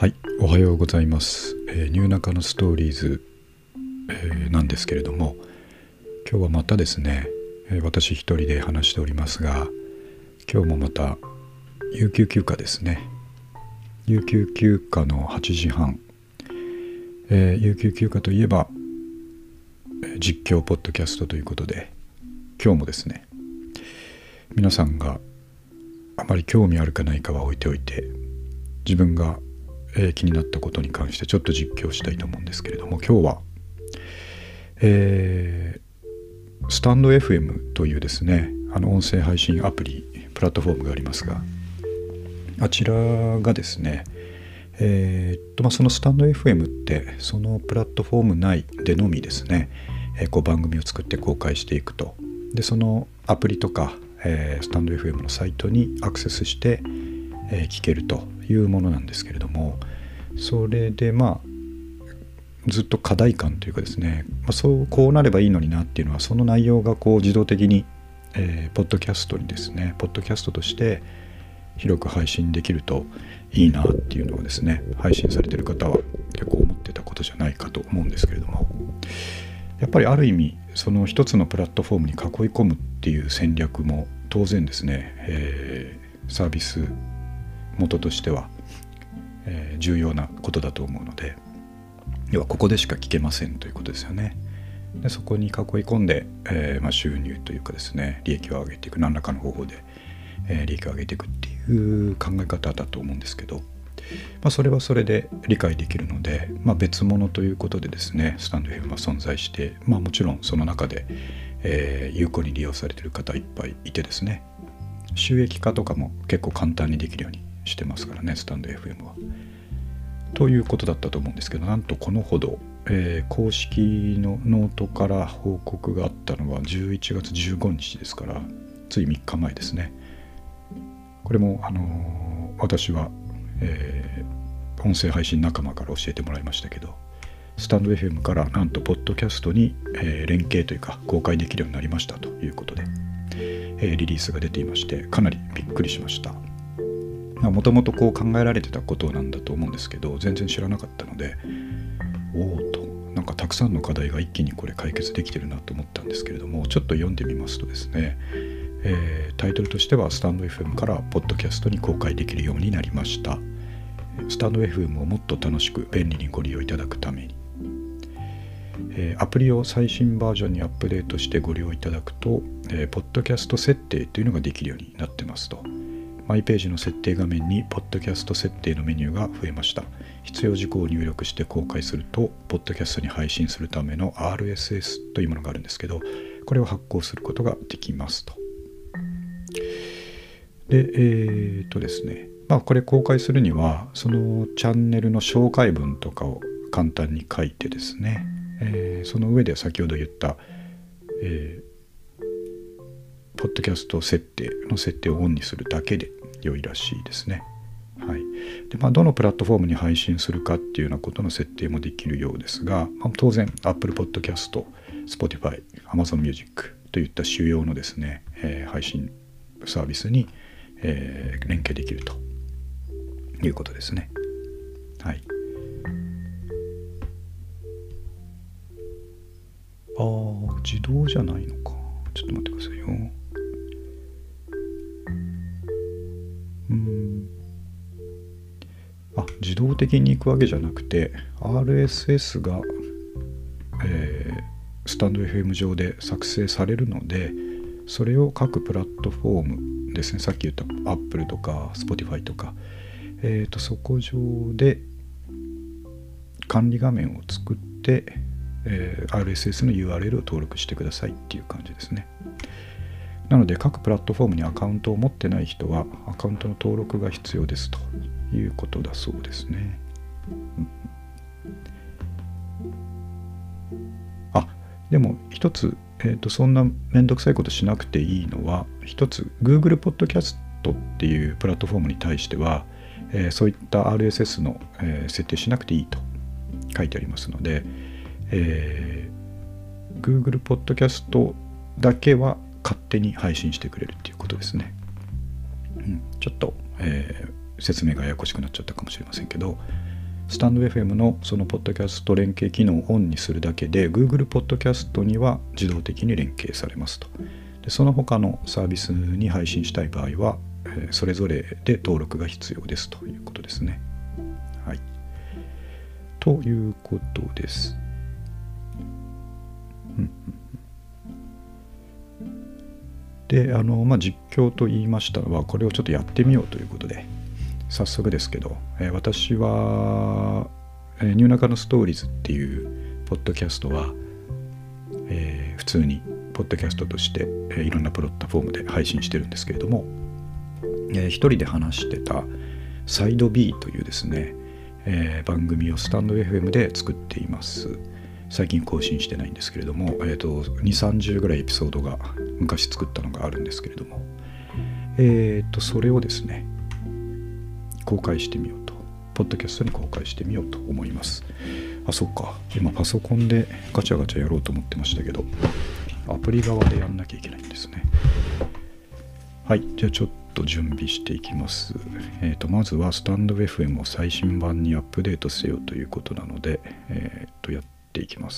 はい、おはようございます。ニューナカのストーリーズ、なんですけれども、今日はまたですね、私一人で話しておりますが、今日もまた有給休暇ですね。有給休暇の8時半、有給休暇といえば実況ポッドキャストということで、今日もですね、皆さんがあまり興味あるかないかは置いておいて、自分が気になったことに関してちょっと実況したいと思うんですけれども、今日は、スタンド FM というですね、音声配信アプリプラットフォームがありますが、あちらがですね、そのスタンド FM ってそのプラットフォーム内でのみですね、番組を作って公開していくと。でそのアプリとか、スタンド FM のサイトにアクセスして、聞けるというものなんですけれども、それでずっと課題感というかですね、こうなればいいのになっていうのは、その内容が自動的に、ポッドキャストにですね、ポッドキャストとして広く配信できるといいなっていうのをですね、配信されている方は結構思ってたことじゃないかと思うんですけれども、やっぱりある意味その一つのプラットフォームに囲い込むっていう戦略も当然ですね、サービス元としては、重要なことだと思うので、要はここでしか聞けませんということですよね。でそこに囲い込んで、収入というかですね、利益を上げていく、何らかの方法で、利益を上げていくっていう考え方だと思うんですけど、それはそれで理解できるので、別物ということでですね、スタンド FM は存在して、もちろんその中で、有効に利用されている方いっぱいいてですね、収益化とかも結構簡単にできるようにしてますからね、スタンド FM は。ということだったと思うんですけど、なんとこのほど、公式のノートから報告があったのは11月15日ですから、つい3日前ですね。これも、私は、音声配信仲間から教えてもらいましたけど、スタンド FM からなんとポッドキャストに、連携というか公開できるようになりましたということで、リリースが出ていまして、かなりびっくりしました。もともと考えられてたことなんだと思うんですけど、全然知らなかったので、おおと、なんかたくさんの課題が一気にこれ解決できてるなと思ったんですけれども、ちょっと読んでみますとですね、タイトルとしてはスタンド FM からポッドキャストに公開できるようになりました。スタンド FM をもっと楽しく便利にご利用いただくために、アプリを最新バージョンにアップデートしてご利用いただくと、ポッドキャスト設定というのができるようになってますと。マイページの設定画面にポッドキャスト設定のメニューが増えました。必要事項を入力して公開すると、ポッドキャストに配信するための RSS というものがあるんですけど、これを発行することができますと。で、ですね、これ公開するには、そのチャンネルの紹介文とかを簡単に書いてですね、その上で先ほど言った、ポッドキャスト設定をオンにするだけで良いらしいですね。はい。で、どのプラットフォームに配信するかっていうようなことの設定もできるようですが、当然 Apple Podcast、Spotify、Amazon Music といった主要のですね、配信サービスに、連携できるということですね。はい。自動じゃないのか。ちょっと待ってくださいよ。自動的に行くわけじゃなくて、 RSS が、スタンド FM 上で作成されるので、それを各プラットフォームですね、さっき言った Apple とか Spotify とか、そこ上で管理画面を作って、RSS の URL を登録してくださいっていう感じですね。なので各プラットフォームにアカウントを持ってない人はアカウントの登録が必要ですということだそうですね。でも一つ、そんなめんどくさいことしなくていいのは、一つ Google Podcast っていうプラットフォームに対しては、そういった RSS の、設定しなくていいと書いてありますので、Google Podcast だけは勝手に配信してくれるっていうことですね。ちょっと、説明がややこしくなっちゃったかもしれませんけど、 スタンド FM のそのポッドキャスト連携機能をオンにするだけで Google ポッドキャストには自動的に連携されますと。でその他のサービスに配信したい場合は、それぞれで登録が必要ですということですね。はい。ということです。で、実況と言いましたのは、これをちょっとやってみようということで、早速ですけど、私は、ニューナカのストーリーズっていうポッドキャストは、普通にポッドキャストとして、いろんなプラットフォームで配信してるんですけれども、一人で話してたサイド B というですね、番組をスタンド FM で作っています。最近更新してないんですけれども、2、30ぐらいエピソードが昔作ったのがあるんですけれども、それをですね、公開してみようと、ポッドキャストに公開してみようと思います。そっか、今パソコンでガチャガチャやろうと思ってましたけど、アプリ側でやんなきゃいけないんですね。はい、じゃあちょっと準備していきます。まずはスタンド FM を最新版にアップデートせよということなので、やっていきます。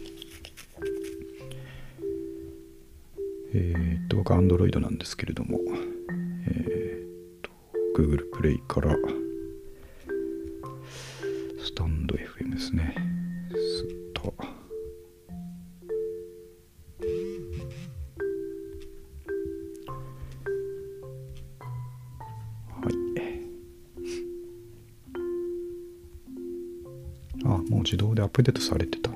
僕は Android なんですけれども、Google プレイからスタンド FM ですね。もう自動でアップデートされてたな。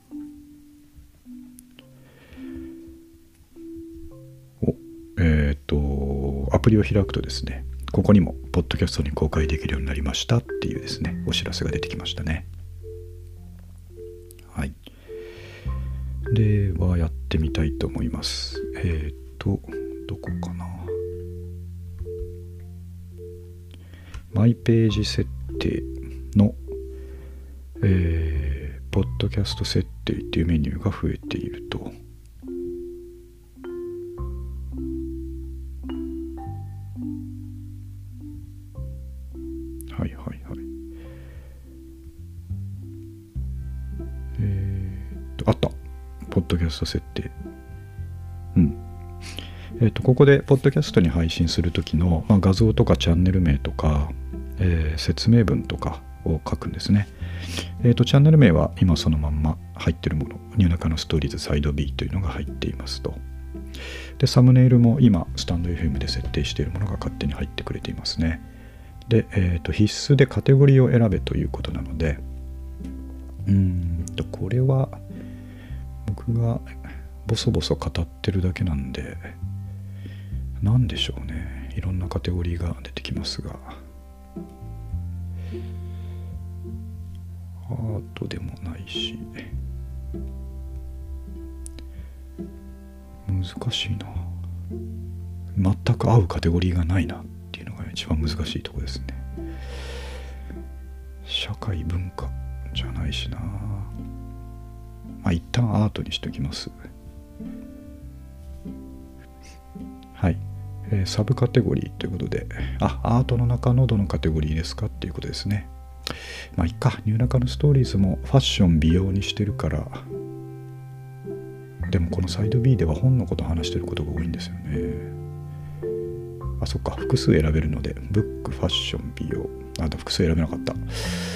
アプリを開くとですね、ここにもポッドキャストに公開できるようになりましたっていうですね、お知らせが出てきましたね。はい。ではやってみたいと思います。どこかな。マイページ設定のポッドキャスト設定っていうメニューが増えていると。はいはいはい。あった。ポッドキャスト設定。ここでポッドキャストに配信するときの、画像とかチャンネル名とか、説明文とかを書くんですね。チャンネル名は今そのまんま入ってるもの、ニューナカのストーリーズサイド B というのが入っていますと。で、サムネイルも今スタンド FM で設定しているものが勝手に入ってくれていますね。で、必須でカテゴリーを選べということなので、これは僕がボソボソ語ってるだけなんで、なんでしょうね。いろんなカテゴリーが出てきますが、アートでもないし、難しいな。全く合うカテゴリーがないなっていうのが一番難しいところですね。社会文化じゃないしな。一旦アートにしときます。はい、サブカテゴリーということで、アートの中のどのカテゴリーですかっていうことですね。いっか、ニューナカのストーリーズもファッション美容にしてるから、でもこのサイド B では本のこと話してることが多いんですよね。そっか、複数選べるので、ブック、ファッション、美容。複数選べなかった。OK、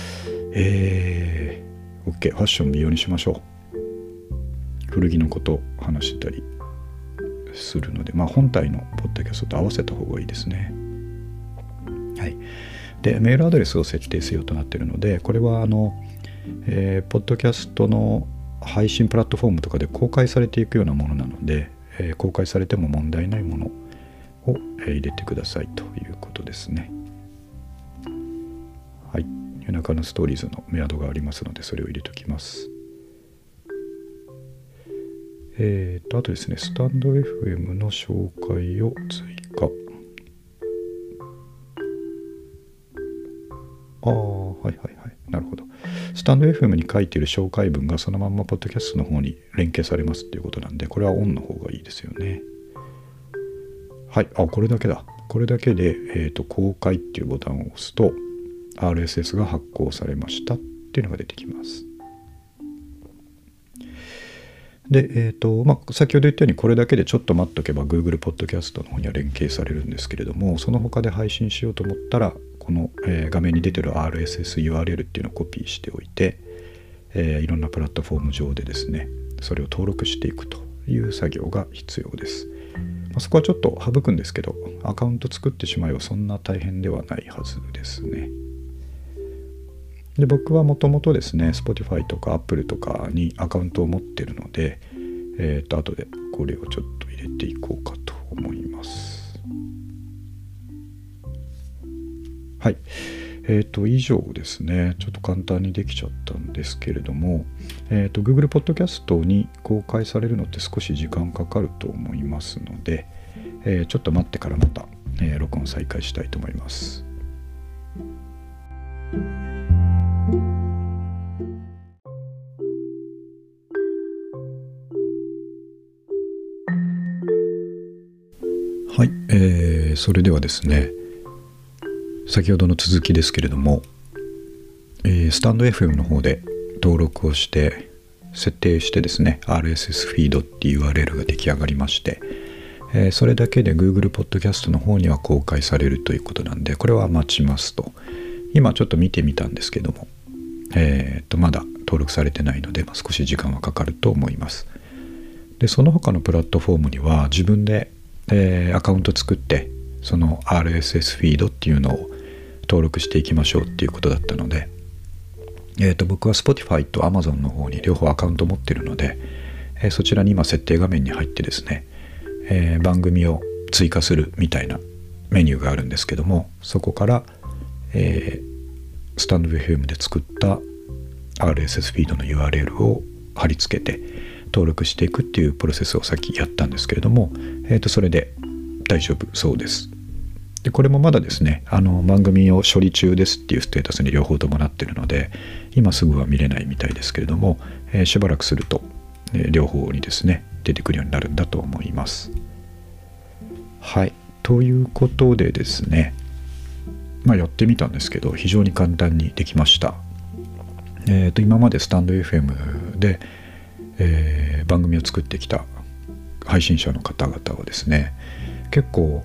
ファッション、美容にしましょう。古着のこと話してたりするので、本体のポッドキャストと合わせた方がいいですね。はい。で、メールアドレスを設定せよとなっているので、これはポッドキャストの配信プラットフォームとかで公開されていくようなものなので、公開されても問題ないものを入れてくださいということですね。はい。夜中のストーリーズのメアドがありますので、それを入れておきます。あとですね、スタンド FM の紹介を追加。はいはいはい。なるほど。スタンド FM に書いている紹介文がそのまんまポッドキャストの方に連携されますっていうことなんで、これはオンの方がいいですよね。はい。これだけだ。これだけで、公開っていうボタンを押すと、 RSS が発行されましたっていうのが出てきます。で、先ほど言ったようにこれだけでちょっと待っとけば Google Podcast の方には連携されるんですけれども、その他で配信しようと思ったらこの、画面に出てる RSS URL っていうのをコピーしておいて、いろんなプラットフォーム上でですねそれを登録していくという作業が必要です。そこはちょっと省くんですけど、アカウント作ってしまえばそんな大変ではないはずですね。で、僕はもともとですね Spotify とか Apple とかにアカウントを持ってるので、後でこれをちょっと入れていこうかと思います。はい、以上ですね。ちょっと簡単にできちゃったんですけれども、Google Podcast に公開されるのって少し時間かかると思いますので、ちょっと待ってからまた、録音再開したいと思います。はい、それではですね、先ほどの続きですけれども、スタンド FM の方で登録をして設定してですね RSS フィードっていう URL が出来上がりまして、それだけで Google Podcast の方には公開されるということなんで、これは待ちますと。今ちょっと見てみたんですけども、まだ登録されてないので、少し時間はかかると思います。で、その他のプラットフォームには自分でアカウント作ってその RSS フィードっていうのを登録していきましょうっていうことだったので、僕は Spotify と Amazon の方に両方アカウント持ってるので、そちらに今設定画面に入ってですね、番組を追加するみたいなメニューがあるんですけども、そこから、スタンド FM で作った RSS フィードの URL を貼り付けて登録していくっていうプロセスをさっきやったんですけれども、それで大丈夫そうです。で、これもまだですね、番組を処理中ですっていうステータスに両方ともなっているので、今すぐは見れないみたいですけれども、しばらくすると、両方にですね出てくるようになるんだと思います。はい、ということでですね、やってみたんですけど非常に簡単にできました。今までスタンド FM で、番組を作ってきた配信者の方々はですね、結構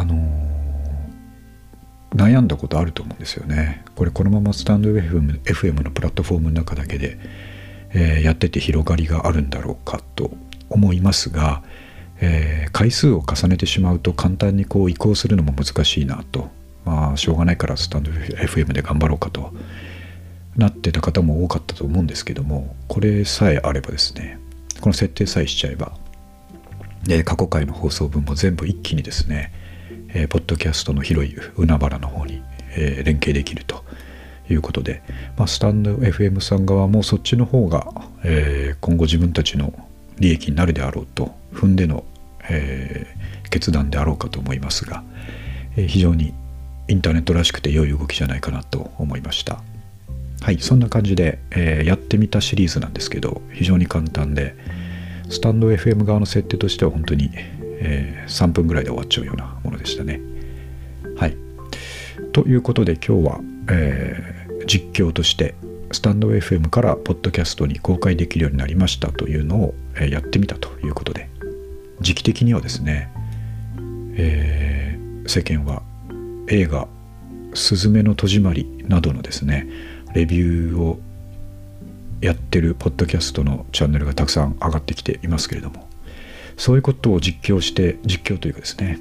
悩んだことあると思うんですよね。このままスタンド FM のプラットフォームの中だけで、やってて広がりがあるんだろうかと思いますが、回数を重ねてしまうと簡単に移行するのも難しいなと、しょうがないからスタンド FM で頑張ろうかとなってた方も多かったと思うんですけども、これさえあればですね、この設定さえしちゃえば、過去回の放送分も全部一気にですね、ポッドキャストの広い海原の方に、連携できるということで、スタンド FM さん側もそっちの方が、今後自分たちの利益になるであろうと踏んでの、決断であろうかと思いますが、非常にインターネットらしくて良い動きじゃないかなと思いました。はい、そんな感じで、やってみたシリーズなんですけど、非常に簡単で、スタンド FM 側の設定としては本当に、3分ぐらいで終わっちゃうようなものでしたね。はい、ということで今日は、実況としてスタンド FM からポッドキャストに公開できるようになりましたというのを、やってみたということで、時期的にはですね、世間は映画すずめの戸締まりなどのですねレビューをやってるポッドキャストのチャンネルがたくさん上がってきていますけれども、そういうことを実況というかですね、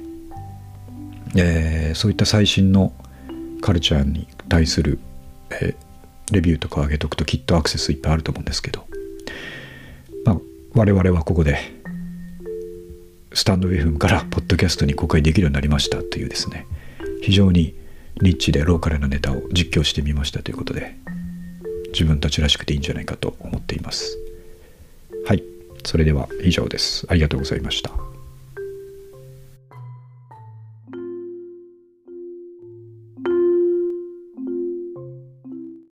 そういった最新のカルチャーに対する、レビューとか上げとくときっとアクセスいっぱいあると思うんですけど、我々はここでスタンド FM からポッドキャストに公開できるようになりましたというですね、非常にニッチでローカルなネタを実況してみましたということで、自分たちらしくていいんじゃないかと思っています。はい、それでは以上です。ありがとうございました。